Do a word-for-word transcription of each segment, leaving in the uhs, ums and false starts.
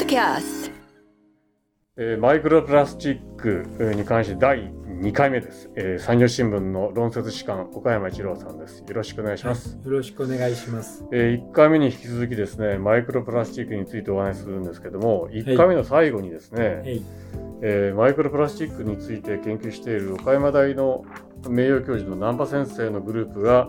Podcast、 えー、マイクロプラスチックに関してだいにかいめです、えー、産業新聞の論説士官岡山一郎さんです。よろしくお願いします。 はい、よろしくお願いします。 えー、いっかいめに引き続きですね、マイクロプラスチックについてお話しするんですけども、いっかいめの最後にですね、はいえー、マイクロプラスチックについて研究している岡山大の名誉教授の難波先生のグループが、はい、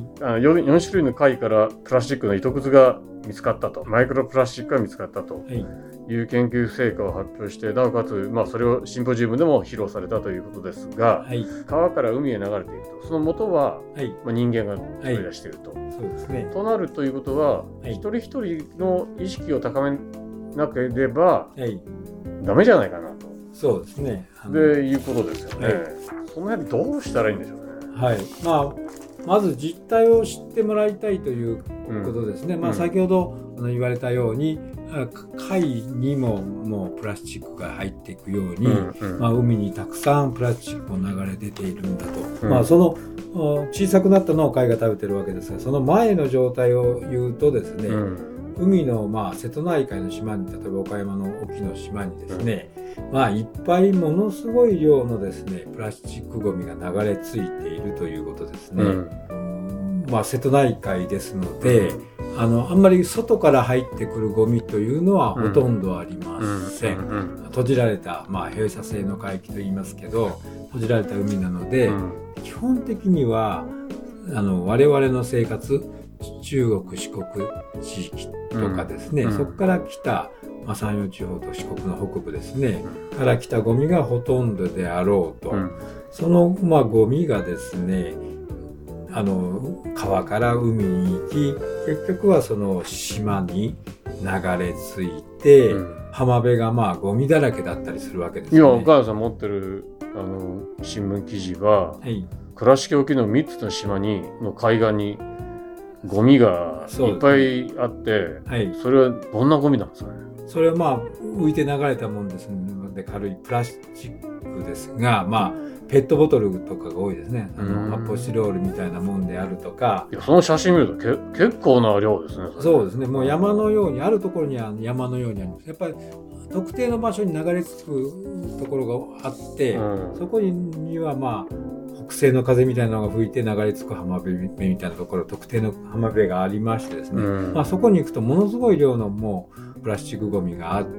あ 4, よん種類の貝からプラスチックの糸くずが見つかったと、マイクロプラスチックが見つかったという研究成果を発表して、なおかつ、まあ、それをシンポジウムでも披露されたということですが、はい、川から海へ流れていくと、その元は、はいまあ、人間が取り出していると、はい、そうですね、となるということは、はい、一人一人の意識を高めなければ、はい、ダメじゃないかなと、 そうですね、 でいうことですよね、はい、その辺どうしたらいいんでしょうね。 はい、まあまず実態を知ってもらいたいということですね、うんまあ、先ほど言われたように、うん、貝にももうプラスチックが入っていくように、うんうんまあ、海にたくさんプラスチックも流れ出ているんだと、うんまあ、その小さくなったのを貝が食べてるわけですが、その前の状態を言うとですね、うん海の、まあ、瀬戸内海の島に、例えば岡山の沖の島にですね、うんまあ、いっぱいものすごい量のですねプラスチックごみが流れ着いているということですね、うんまあ、瀬戸内海ですので、うん、あのあんまり外から入ってくるゴミというのはほとんどありません、うんうんうん、閉じられた、まあ、閉鎖性の海域といいますけど閉じられた海なので、うん、基本的にはあの我々の生活中国四国地域とかですね、うん、そこから来た、まあ、山陽地方と四国の北部ですね、うん、から来たゴミがほとんどであろうと、うん、その、まあ、ゴミがですねあの川から海に行き結局はその島に流れ着いて、うん、浜辺がまあゴミだらけだったりするわけですね。 今お母さん持ってるあの新聞記事は、はい、倉敷沖のみっつの島にの海岸にゴミがいっぱいあって、はい、それはどんなゴミなんですかね。 それはまあ浮いて流れたもんですので軽いプラスチックですが、まあペットボトルとかが多いですね。あの発泡スチロールみたいなもんであるとか。 いやその写真見るとけ結構な量ですね。 そ, そうですね。もう山のようにあるところには山のようにあります。やっぱり特定の場所に流れ着くところがあって、うん、そこにはまあ北西の風みたいなのが吹いて流れ着く浜辺みたいなところ、特定の浜辺がありましてですね、うんまあ、そこに行くとものすごい量のもうプラスチックゴミがあって、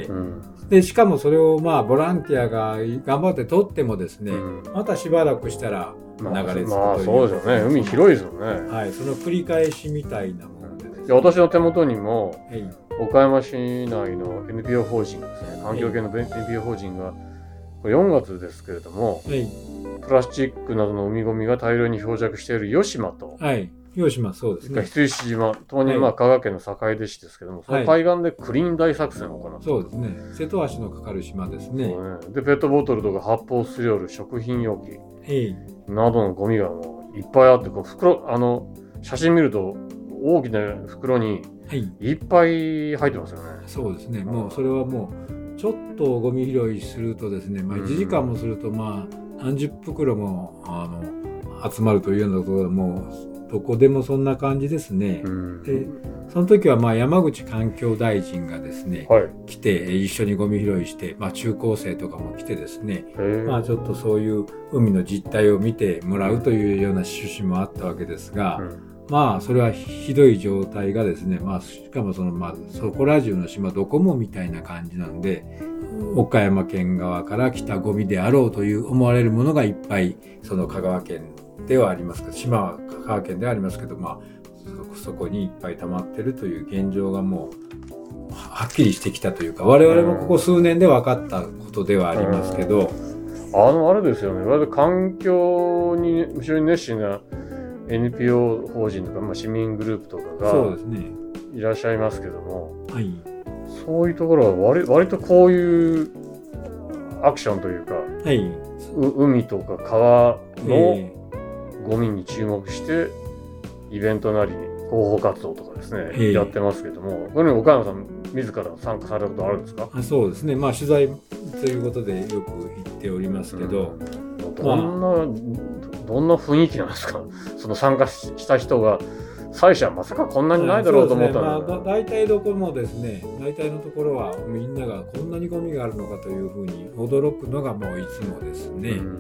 うん、でしかもそれをまあボランティアが頑張って取ってもですね、うん、またしばらくしたら流れ着くという、 まあ、まあそうですよね。海広いですよね。 はい、その繰り返しみたいなものでですね、 いや私の手元にも、はい、岡山市内の エヌピーオー 法人ですね、環境系の エヌピーオー 法人がこれよんがつですけれども、はい、プラスチックなどの海ゴミが大量に漂着している吉島と、 はい、吉島そうですね、 羊島ともにまあ香川県の坂出市ですけども、はい、その海岸でクリーン大作戦を行った、はい、 そうですね、瀬戸橋のかかる島ですね。 そうね。でペットボトルとか発泡スチロール、食品容器、はい、などのゴミがもういっぱいあって、こう袋あの写真見ると大きな袋にいっぱい入ってますよね、はい、 そうですね。もうそれはもうちょっとゴミ拾いするとですね、まあ、いちじかんもするとまあ何十袋もあの集まるというようなところでもうどこでもそんな感じですね、うん、でその時はまあ山口環境大臣がですね、はい、来て一緒にゴミ拾いして、まあ、中高生とかも来てですね、まあ、ちょっとそういう海の実態を見てもらうというような趣旨もあったわけですが、うんまあそれはひどい状態がですね、まあしかもそのまあそこら中の島どこもみたいな感じなので、岡山県側から来たゴミであろうという思われるものがいっぱいその香川県ではありますけど、島は香川県ではありますけど、まあ そ, そこにいっぱい溜まってるという現状がもうはっきりしてきたというか、我々もここ数年で分かったことではありますけど、 あのあれですよね、我々環境に非常に熱心なエヌピーオー 法人とか、まあ、市民グループとかがいらっしゃいますけども、そうですね、はい、そういうところは 割, 割とこういうアクションというか、はい、う海とか川のゴミに注目してイベントなり広報活動とかですね、えー、やってますけども、これ岡山さん自ら参加されたことあるんですか？ あ、そうですね、まあ、取材ということでよく行っておりますけど、うんどんな、まあ、どんな雰囲気なんですか？その参加した人が採取はまさかこんなにないだろうと思ったので、ね、まあ、大体どこもですね、大体のところはみんながこんなにゴミがあるのかというふうに驚くのがもういつもですね、うん、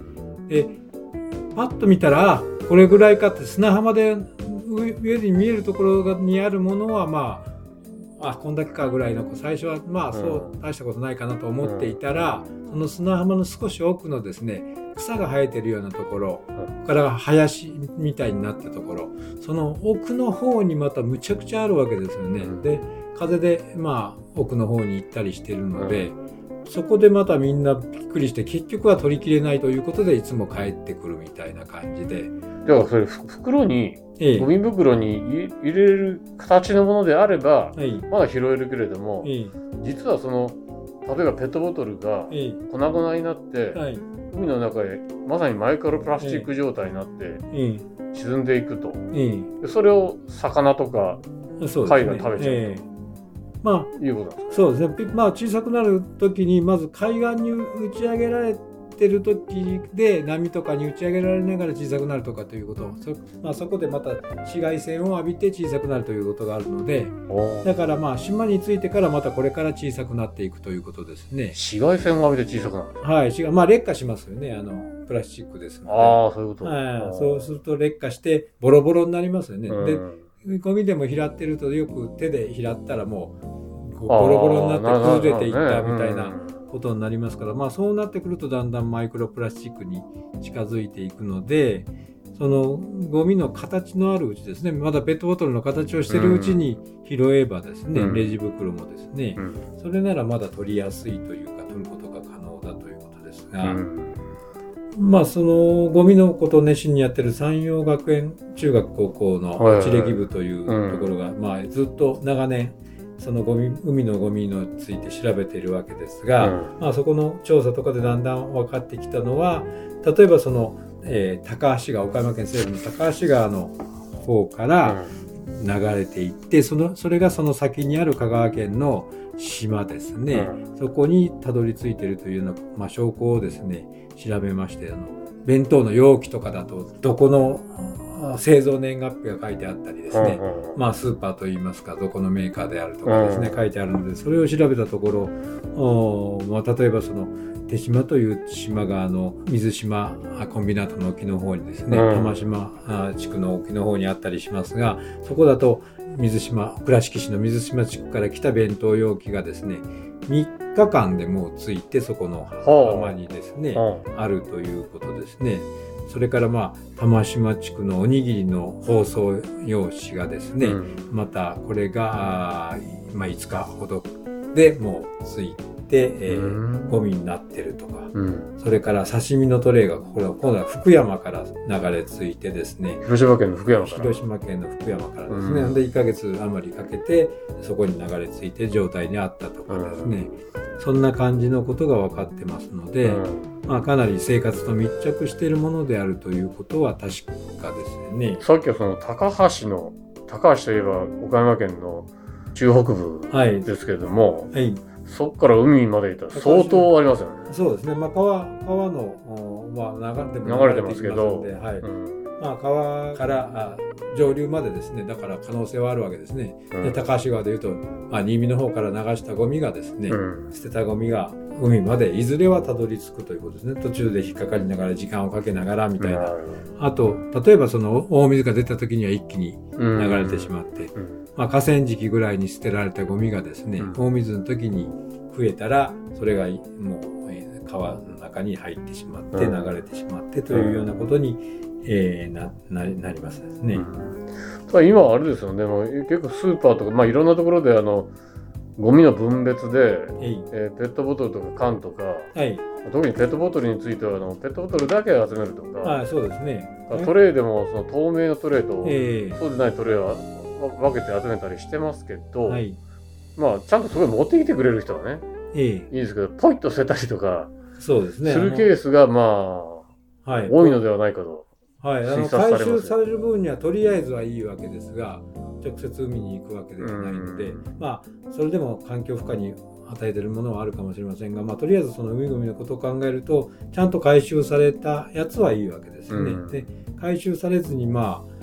でパッと見たらこれぐらいかって、砂浜で上に見えるところにあるものはまああこんだけかぐらいの、最初はまあそう大したことないかなと思っていたら、うん、その砂浜の少し奥のですね、草が生えてるようなところから林みたいになったところ、その奥の方にまたむちゃくちゃあるわけですよね、うん、で風でまあ奥の方に行ったりしてるので、うん、そこでまたみんなびっくりして、結局は取りきれないということでいつも帰ってくるみたいな感じで。 だからそれ袋に、ええ、ゴミ袋に入れる形のものであれば、はい、まだ拾えるけれども、ええ、実はその例えばペットボトルが粉々になって、ええ、はい、海の中へまさにマイクロプラスチック状態になって沈んでいくと、ええ、それを魚とか貝が食べちゃうと、ええ、まあ、いうことなんですか。 そうですね、まあ、小さくなる時にまず海岸に打ち上げられてる時で波とかに打ち上げられながら小さくなるとかということ、 そ,、まあ、そこでまた紫外線を浴びて小さくなるということがあるので、だからまあ島に着いてからまたこれから小さくなっていくということですね。 紫外線を浴びて小さくなる、 はい、まあ劣化しますよね、あのプラスチックですので。 ああ、そういうこと。 はい、そうすると劣化してボロボロになりますよね、うん、でゴミでも拾ってるとよく手で拾ったらもうこうボロボロになって崩れていったみたいなことになりますから、まあ、そうなってくるとだんだんマイクロプラスチックに近づいていくので、そのゴミの形のあるうちですね、まだペットボトルの形をしているうちに拾えばですね、うん、レジ袋もですね、うん、それならまだ取りやすいというか取ることが可能だということですが、うん、まあそのゴミのことを熱心にやってる山陽学園中学高校の地歴部というところが、まあ、ずっと長年そのゴミ海のゴミについて調べているわけですが、うん、まあ、そこの調査とかでだんだん分かってきたのは、例えばその、えー、高橋川、岡山県西部の高橋川の方から流れていって、そのそれがその先にある香川県の島ですね、うん、そこにたどり着いているというような、まあ、証拠をですね調べまして、あの弁当の容器とかだとどこの製造年月日が書いてあったりですね、うんうん、まあスーパーといいますかどこのメーカーであるとかですね、うん、書いてあるので、それを調べたところ、まあ、例えばその手島という島があの水島コンビナートの沖の方にですね、うん、玉島地区の沖の方にあったりしますが、そこだと水島倉敷市の水島地区から来た弁当容器がですねみっかかんでもうついてそこの浜にですね、うん、あるということですね。それからまあ玉島地区のおにぎりの包装用紙がですね、うん、またこれがまあいつかほどでもうついて、えー、ゴミになってるとか、うん、それから刺身のトレイがこれは今度は福山から流れ着いてですね、 広島県の福山から広島県の福山からですね、うん、でいっかげつ余りかけてそこに流れ着いて状態にあったとかですね、うん、そんな感じのことが分かってますので、うん、まあ、かなり生活と密着しているものであるということは確かですよね。 さっきはその高橋の高橋といえば岡山県の中北部ですけれども、はいはい、そこから海まで行ったら相当ありますよね。 そうですね、まあ、川, 川の、まあ、流れても流れてますけど、 はい、うん、まあ、川から上流までですね、だから可能性はあるわけですね、うん、で高橋川でいうと、まあ、新見の方から流したゴミがですね、うん、捨てたゴミが海までいずれはたどり着くということですね。途中で引っかかりながら時間をかけながらみたいな、うん、あと例えばその大水が出た時には一気に流れてしまって、うんうん、まあ、河川敷ぐらいに捨てられたゴミがですね、うん、大水の時に増えたらそれがもう川の中に入ってしまって流れてしまってというようなことに、うん、えー、な, な, なりますですね。 うん、今はあれですよね、もう結構スーパーとか、まあ、いろんなところであのゴミの分別で、えー、ペットボトルとか缶とか、はい、特にペットボトルについてはあのペットボトルだけ集めるとか、 あ、そうですね、 トレイでもその透明のトレイと、えー、そうでないトレイは分けて集めたりしてますけど、はい、まあ、ちゃんとそこに持ってきてくれる人はね、えー、いいですけど、ポイッと捨てたりとかそうですね、 するケースがまあ、はい、多いのではないかと。 はい、あの回収される分にはとりあえずはいいわけですが、直接海に行くわけではないので、まあ、それでも環境負荷に与えているものはあるかもしれませんが、まあ、とりあえずその海ゴミのことを考えるとちゃんと回収されたやつはいいわけですよね。うん、で回収されずに、ま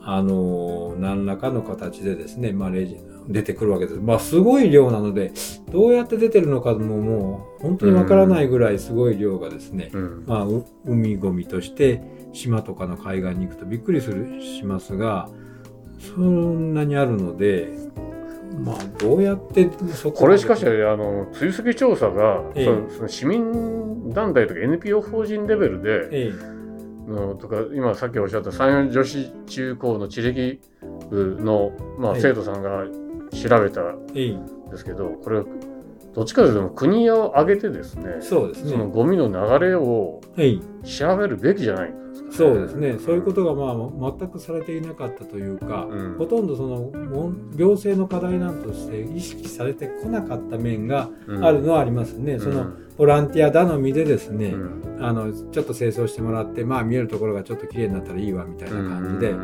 あの何らかの形でですね、まあ、レジ出てくるわけです。まあ、すごい量なのでどうやって出てるのかももう本当にわからないぐらいすごい量がですね、うん、まあ、海ゴミとして島とかの海岸に行くとびっくりするしますが、そんなにあるので、まあ、どうやってそここれしかしあの追跡調査が、ええ、そのその市民団体とか エヌピーオー 法人レベルで、ええ、のとか今さっきおっしゃった山陽女子中高の地歴部の、まあ、生徒さんが調べたんですけど、ええ、これどっちかというと国を挙げてですね、 そうですね、 そのゴミの流れを調べるべきじゃないんですかね。 そうですね、そういうことがまあ全くされていなかったというか、うん、ほとんどその行政の課題なんとして意識されてこなかった面があるのはありますね、うん、そのボランティア頼みでですね、うん、あのちょっと清掃してもらって、まあ、見えるところがちょっときれいになったらいいわみたいな感じで、うん、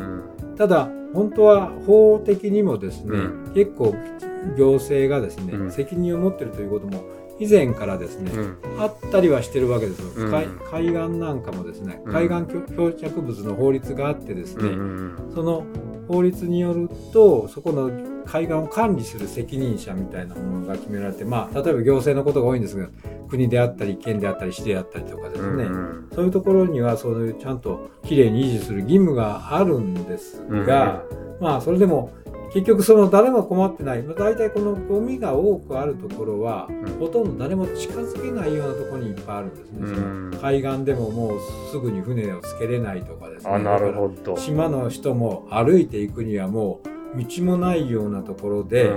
ただ本当は法的にもですね、うん、結構行政がですね、うん、責任を持っているということも以前からですね、うん、あったりはしてるわけですよ、うん、海, 海岸なんかもですね、海岸漂着物の法律があってですね、うん、その法律によるとそこの海岸を管理する責任者みたいなものが決められて、まあ、例えば行政のことが多いんですが、国であったり県であったり市であったりとかですね、うん、そういうところにはそういうちゃんときれいに維持する義務があるんですが、うん、まあそれでも結局その誰も困ってない、大体このゴミが多くあるところは、うん、ほとんど誰も近づけないようなところにいっぱいあるんですね、うん、その海岸でももうすぐに船をつけれないとかですね、 あ、なるほど、 島の人も歩いていくにはもう道もないようなところで、うん、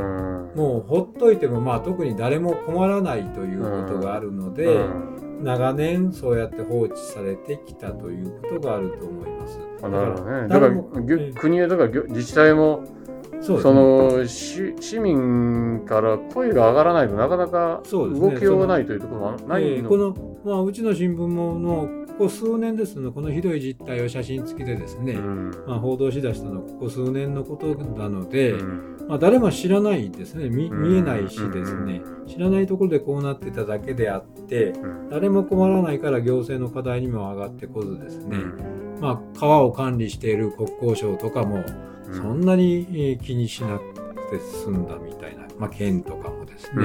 もうほっといても、まあ、特に誰も困らないということがあるので、うんうん、長年そうやって放置されてきたということがあると思います。 あ、なるほどね。だから国やとか自治体もそ, その市民から声が上がらないとなかなか動きようがないというところはないの、 えー、この、まあ、うちの新聞ものここ数年ですの、このひどい実態を写真付きでですね、うんまあ、報道しだしたのはここ数年のことなので、うんまあ、誰も知らないですね、 見, 見えないしですね、うん、知らないところでこうなってただけであって、うん、誰も困らないから行政の課題にも上がってこずですね、うんまあ、川を管理している国交省とかもそんなに気にしなくて済んだみたいな、まあ、県とかもですね、うん、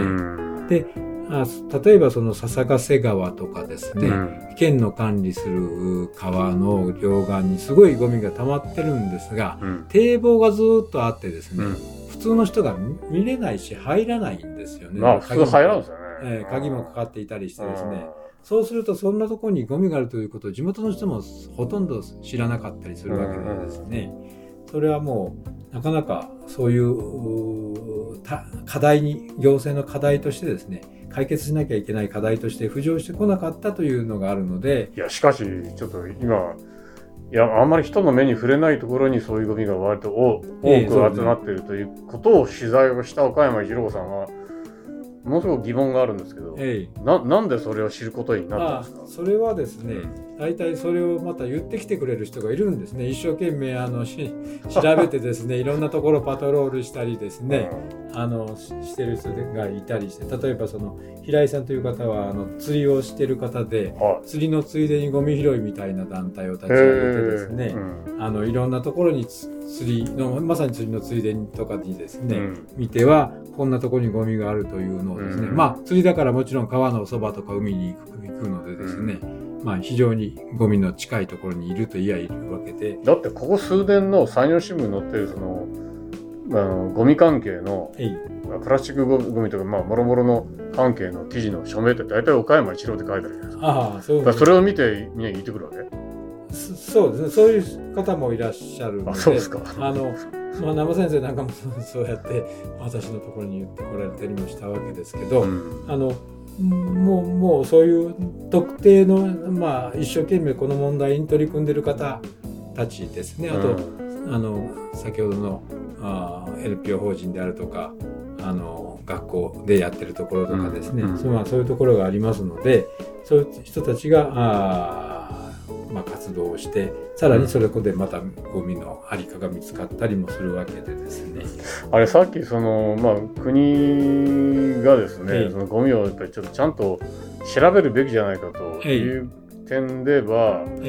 であ例えばその笹ヶ瀬川とかですね、うん、県の管理する川の両岸にすごいゴミが溜まってるんですが、うん、堤防がずっとあってですね、うん、普通の人が見れないし入らないんですよね。 まあ普通入らんですよね、 えー、鍵もかかっていたりしてですね、そうするとそんなところにゴミがあるということを地元の人もほとんど知らなかったりするわけでですね、それはもうなかなかそういう課題に、行政の課題としてですね、解決しなきゃいけない課題として浮上してこなかったというのがあるので、 いやしかしちょっと今いやあんまり人の目に触れないところにそういうゴミが割と多く集まっているということを取材をした岡山一郎さんはものすごく疑問があるんですけど、ええ、な, なんでそれを知ることになったんですか？ あそれはですね、大体それをまた言ってきてくれる人がいるんですね。一生懸命あのし調べてですねいろんなところパトロールしたりですね、うん、あの し, してる人がいたりして、例えばその平井さんという方はあの釣りをしてる方で、はい、釣りのついでにゴミ拾いみたいな団体を立ち上げてですね、うん、あのいろんなところに釣りのまさに釣りのついでにとかにですね、うん、見てはこんなところにゴミがあるというのをですね、うん、まあ釣りだからもちろん川のそばとか海に行く、行くのでですね、うんまあ、非常にゴミの近いところにいるといやいるわけで、 だってここ数年の山陽新聞に載ってるそのあのゴミ関係のプラスチックゴミとかまあもろもろの関係の記事の署名って大体岡山一郎って書いてあるじゃないですか。ああ、そうです。だからそれを見てみんな言ってくるわけ。 そ, そうですね。そういう方もいらっしゃるので、 あ、そうですか。 あのまあ、生先生なんかもそうやって私のところに言ってこられたりもしたわけですけど、うん、あのもう、もうそういう特定の、まあ、一生懸命この問題に取り組んでいる方たちですね。あと、うん、あの先ほどのあ エヌピーオー 法人であるとかあの学校でやってるところとかですね、うんうんそまあ、そういうところがありますので、そういう人たちがあ、まあ、活動をしてさらにそれでまたゴミのありかが見つかったりもするわけでですね。 あれさっきその、まあ、国がですね、ええ、そのゴミをやっぱりちょっとちゃんと調べるべきじゃないかという点では、ええ、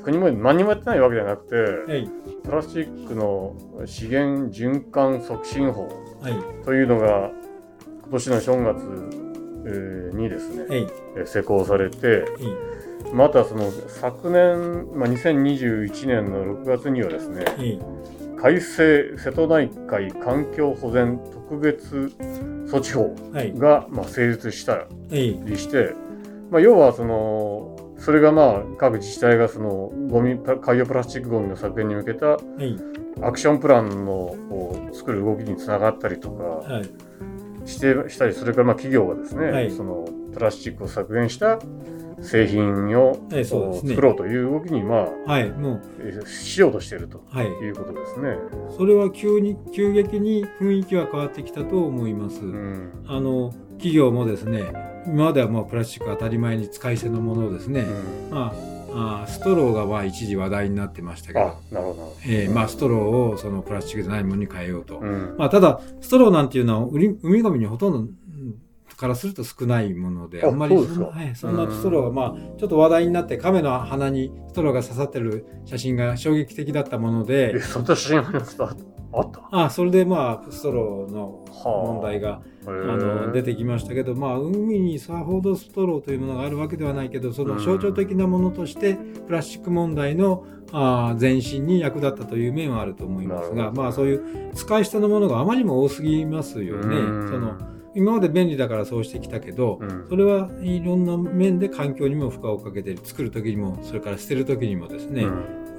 国も何もやってないわけじゃなくて、 はい、 プラスチックの資源循環促進法はい、 というのが今年のしがつ、えー、にですね、はい、施行されて、はい、またその昨年、まあ、にせんにじゅういちねんのろくがつにはですね、はい、改正瀬戸内海環境保全特別措置法が、はい、まあ、成立したりして、はい、まあ、要はそのそれがまあ各自治体がそのゴミ海洋プラスチックゴミの削減に向けたアクションプランのを作る動きにつながったりとか、はい、してしたり、それからまあ企業がですね、はい、そのプラスチックを削減した製品を、はい、そうですね、作ろうという動きに、まあ、はい、もうしようとしているということですね。はい、 それは急に急激に雰囲気は変わってきたと思います。うん、あの企業もですね、今まではもうプラスチック当たり前に使い捨てのものをですね、うん、まあ、あストローがまあ一時話題になってましたけど、あ、なるほど、えーまあ、ストローをそのプラスチックじゃないものに変えようと、うん、まあ、ただストローなんていうのは海ゴミにほとんどからすると少ないもので、あんまり そ, はい、そんなストローが、まあ、ちょっと話題になって亀の鼻にストローが刺さってる写真が衝撃的だったもので、 え、そんな写真あった？ あ、それでまあストローの問題が、あの出てきましたけど、まあ、海にさほどストローというものがあるわけではないけど、その象徴的なものとしてプラスチック問題のあ前進に役立ったという面はあると思いますが、まあ、そういう使い捨てのものがあまりにも多すぎますよね。その今まで便利だからそうしてきたけど、うん、それはいろんな面で環境にも負荷をかけている。作る時にもそれから捨てる時にもですね、うん、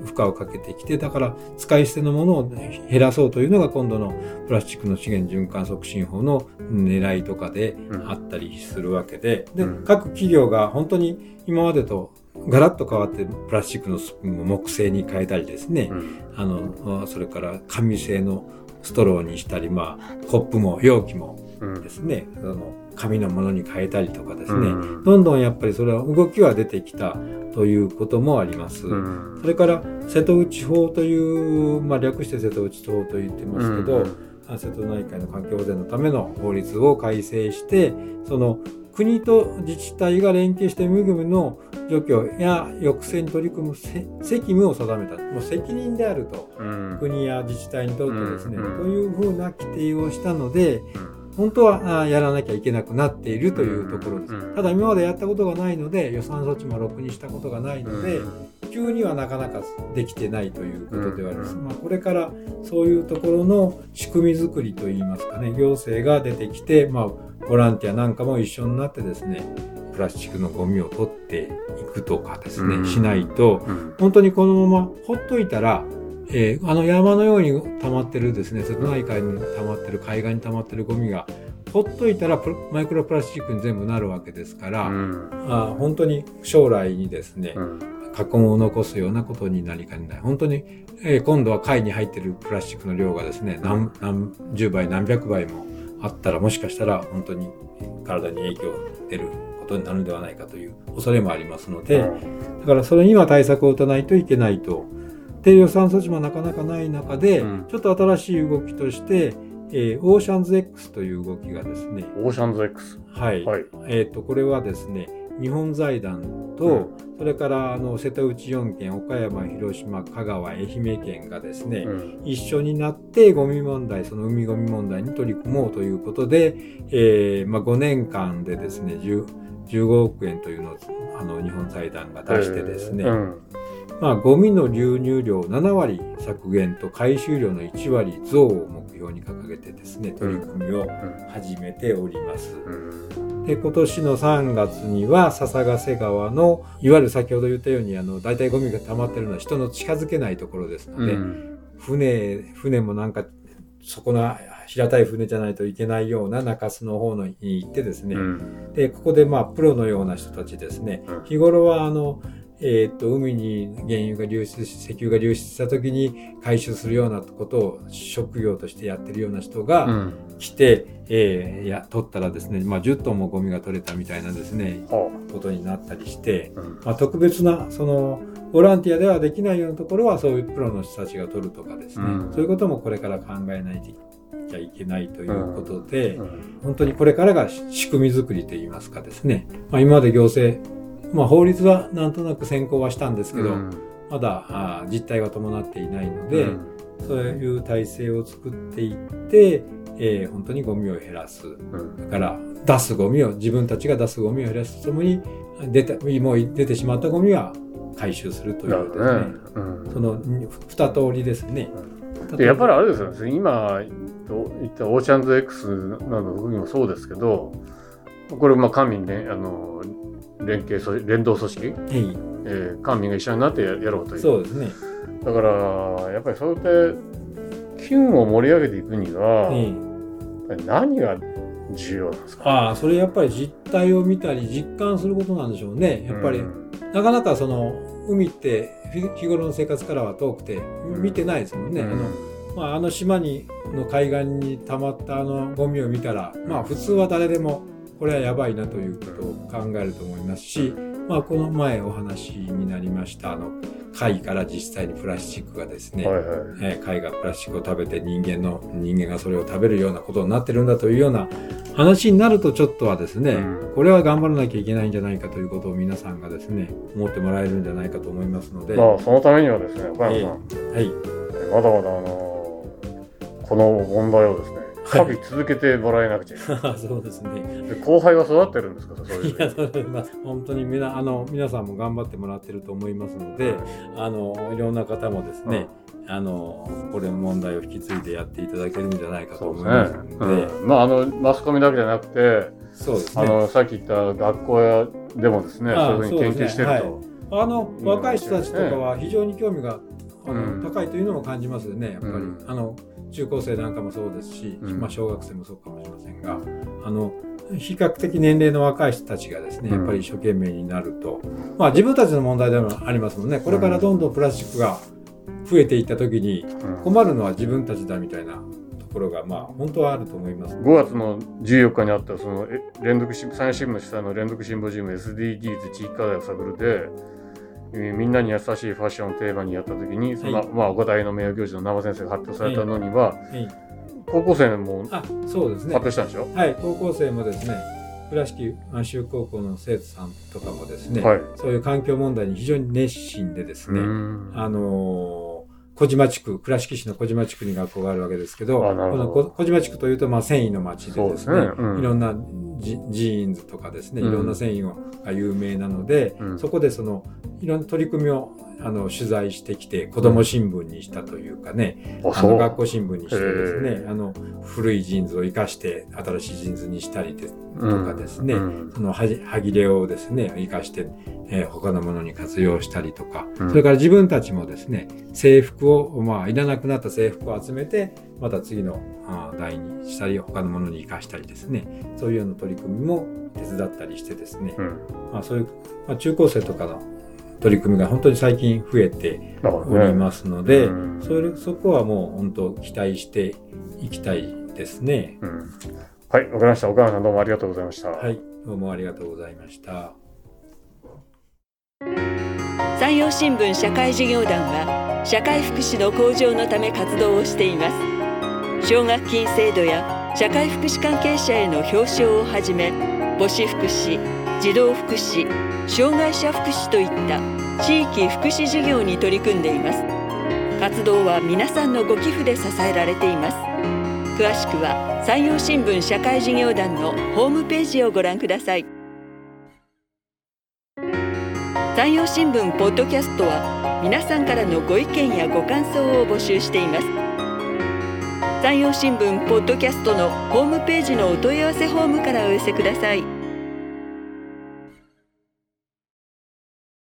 負荷をかけてきて、だから使い捨てのものを減らそうというのが今度のプラスチックの資源循環促進法の狙いとかであったりするわけで、うん、で各企業が本当に今までとガラッと変わってプラスチックのスプーンを木製に変えたりですね、うん、あのそれから紙製のストローにしたり、まあ、コップも容器もですね、うん、あの紙のものに変えたりとかですね、うん、どんどんやっぱりそれは動きは出てきたということもあります。うん、それから瀬戸内法という、まあ、略して瀬戸内法と言ってますけど、うん、瀬戸内海の環境保全のための法律を改正して、その国と自治体が連携して海ゴミの除去や抑制に取り組む責務を定めた、もう責任であると、うん、国や自治体にとってですね、うん、というふうな規定をしたので、うん、本当はやらなきゃいけなくなっているというところです。うん、ただ今までやったことがないので、予算措置もろくにしたことがないので、うん、急にはなかなかできてないということではあります。うん、まあ、これからそういうところの仕組み作りといいますかね、行政が出てきて、まあボランティアなんかも一緒になってですね、プラスチックのゴミを取っていくとかですね、うん、しないと、うん、本当にこのままほっといたら、えー、あの山のように溜まってるですね、瀬戸内海に溜まってる、海岸に溜まってるゴミがほっといたらマイクロプラスチックに全部なるわけですから、うん、あ本当に将来にですね、うん、禍根を残すようなことになりかねない。本当に、えー、今度は海に入ってるプラスチックの量がですね、何、何十倍何百倍もあったら、もしかしたら本当に体に影響出ることになるのではないかという恐れもありますので、だからそれには対策を打たないといけないと。で、予算措置もなかなかない中で、うん、ちょっと新しい動きとして、えー、オーシャンズ X という動きがですね。 オーシャンズ X。 はい。はい、えっと、これはですね、日本財団と、うん、それからあの瀬戸内よんけん、岡山、広島、香川、愛媛県がですね、うん、一緒になってゴミ問題、その海ゴミ問題に取り組もうということで、えーまあ、ごねんかんでですね、じゅうごおくえんというのをあの日本財団が出してですね、えーうんまあ、ゴミの流入量ななわり削減と回収量のいちわり増を目標に掲げてですね、取り組みを始めております。うんで今年のさんがつには笹ヶ瀬川のいわゆる先ほど言ったようにあの大体ゴミが溜まってるのは人の近づけないところですので、うん、船船もなんかそこの平たい船じゃないといけないような中州の方に行ってですね、うん、でここでまあプロのような人たちですね、うん、日頃はあのえー、と海に原油が流出し石油が流出した時に回収するようなことを職業としてやってるような人が来て、うんえー、や取ったらですね、まあ、じゅっトンもゴミが取れたみたいなですね、ことになったりして、うんまあ、特別なそのボランティアではできないようなところはそういうプロの人たちが取るとかですね、うん、そういうこともこれから考えないといけないいけないということで、うんうん、本当にこれからが仕組み作りといいますかですね、まあ、今まで行政まあ、法律はなんとなく先行はしたんですけど、うん、 まだあ実態が伴っていないので、うん、そういう体制を作っていって、えー、本当にゴミを減らす、うん、だから出すゴミを自分たちが出すゴミを減らすとともに出たもう出てしまったゴミは回収するというですね、うん、その二通りですね、 うん、でやっぱりあれですよね、今言ったオーシャンズ X などの動きもそうですけど、これまあ官民連あの連携組連動組織、はい、えー、官民が一緒になってやろうという。 そうですね。 だからやっぱりそうやって機運を盛り上げていくには、はい、何が重要なんですか。 ああ、それやっぱり実態を見たり実感することなんでしょうね。やっぱり、うん、なかなかその海って日頃の生活からは遠くて見てないですもんね。うん、あのまあ、あの島にの海岸に溜まったあのゴミを見たら、まあ普通は誰でもこれはやばいなということを考えると思いますし、まあこの前お話になりましたあの貝から実際にプラスチックがですね、はいはい、えー、貝がプラスチックを食べて人間の人間がそれを食べるようなことになってるんだというような話になるとちょっとはですね、うん、これは頑張らなきゃいけないんじゃないかということを皆さんがですね思ってもらえるんじゃないかと思いますので、 まあそのためにはですね、岡山さん、えー、はい、まだまだあのこの問題をですね書き続けてもらえなくちゃいけない。 そうですね。 で後輩は育ってるんですか、そういう。いや、 そう本当にみなあの皆さんも頑張ってもらってると思いますので、うん、あのいろんな方もですね、うん、あのこれの問題を引き継いでやっていただけるんじゃないかと思いますので、 そうですね、うん、まああのマスコミだけじゃなくて、そうですね、あのさっき言った学校やでもですね、そういうふうに研究してると、ね、 はい、あの若い人たちとかは非常に興味があの、うん、高いというのも感じますよね。やっぱり、うん、あの中高生なんかもそうですし、うん、まあ、小学生もそうかもしれませんが、あの比較的年齢の若い人たちがですね、やっぱり一生懸命になると、うん、まあ自分たちの問題でもありますもんね。これからどんどんプラスチックが増えていった時に困るのは自分たちだみたいなところがまあ本当はあると思います。 ごがつのじゅうよっかにあったその連続産業新聞主催の連続シンポジウム エスディージーズ 地域課題を探るで、みんなに優しいファッションをテーマにやった時に、その、はい、まあ、お答えの名誉教授の生先生が発表されたのには、はいはい、高校生も発表したんでしょ。 はい、高校生もですね、倉敷満州高校の生徒さんとかもですね、はい、そういう環境問題に非常に熱心でですね、あのー小島地区、倉敷市の小島地区に学校があるわけですけど、この小島地区というとまあ繊維の町でですね、そうですね、うん、いろんなジ, ジーンズとかですね、いろんな繊維が有名なので、うん、そこでそのいろんな取り組みをあの取材してきて、子ども新聞にしたというかね、うん、あの学校新聞にしてですね、あの古いジーンズを生かして新しいジーンズにしたりですとかですね、うん、そのはぎれをですね生かして、えー、他のものに活用したりとか、うん、それから自分たちもですね制服をまあいらなくなった制服を集めてまた次の代にしたり他のものに生かしたりですね、そういうような取り組みも手伝ったりしてですね、うん、まあ、そういう、まあ、中高生とかの取り組みが本当に最近増えておりますので、うん、それそこはもう本当期待していきたいですね。 うん、はい、わかりました。岡山さんどうもありがとうございました。 はい、どうもありがとうございました。 山陽新聞社会事業団は社会福祉の向上のため活動をしています。奨学金制度や社会福祉関係者への表彰をはじめ、母子福祉、児童福祉、障害者福祉といった地域福祉事業に取り組んでいます。活動は皆さんのご寄付で支えられています。詳しくは山陽新聞社会事業団のホームページをご覧ください。山陽新聞ポッドキャストは皆さんからのご意見やご感想を募集しています。山陽新聞ポッドキャストのホームページのお問い合わせフォームからお寄せください。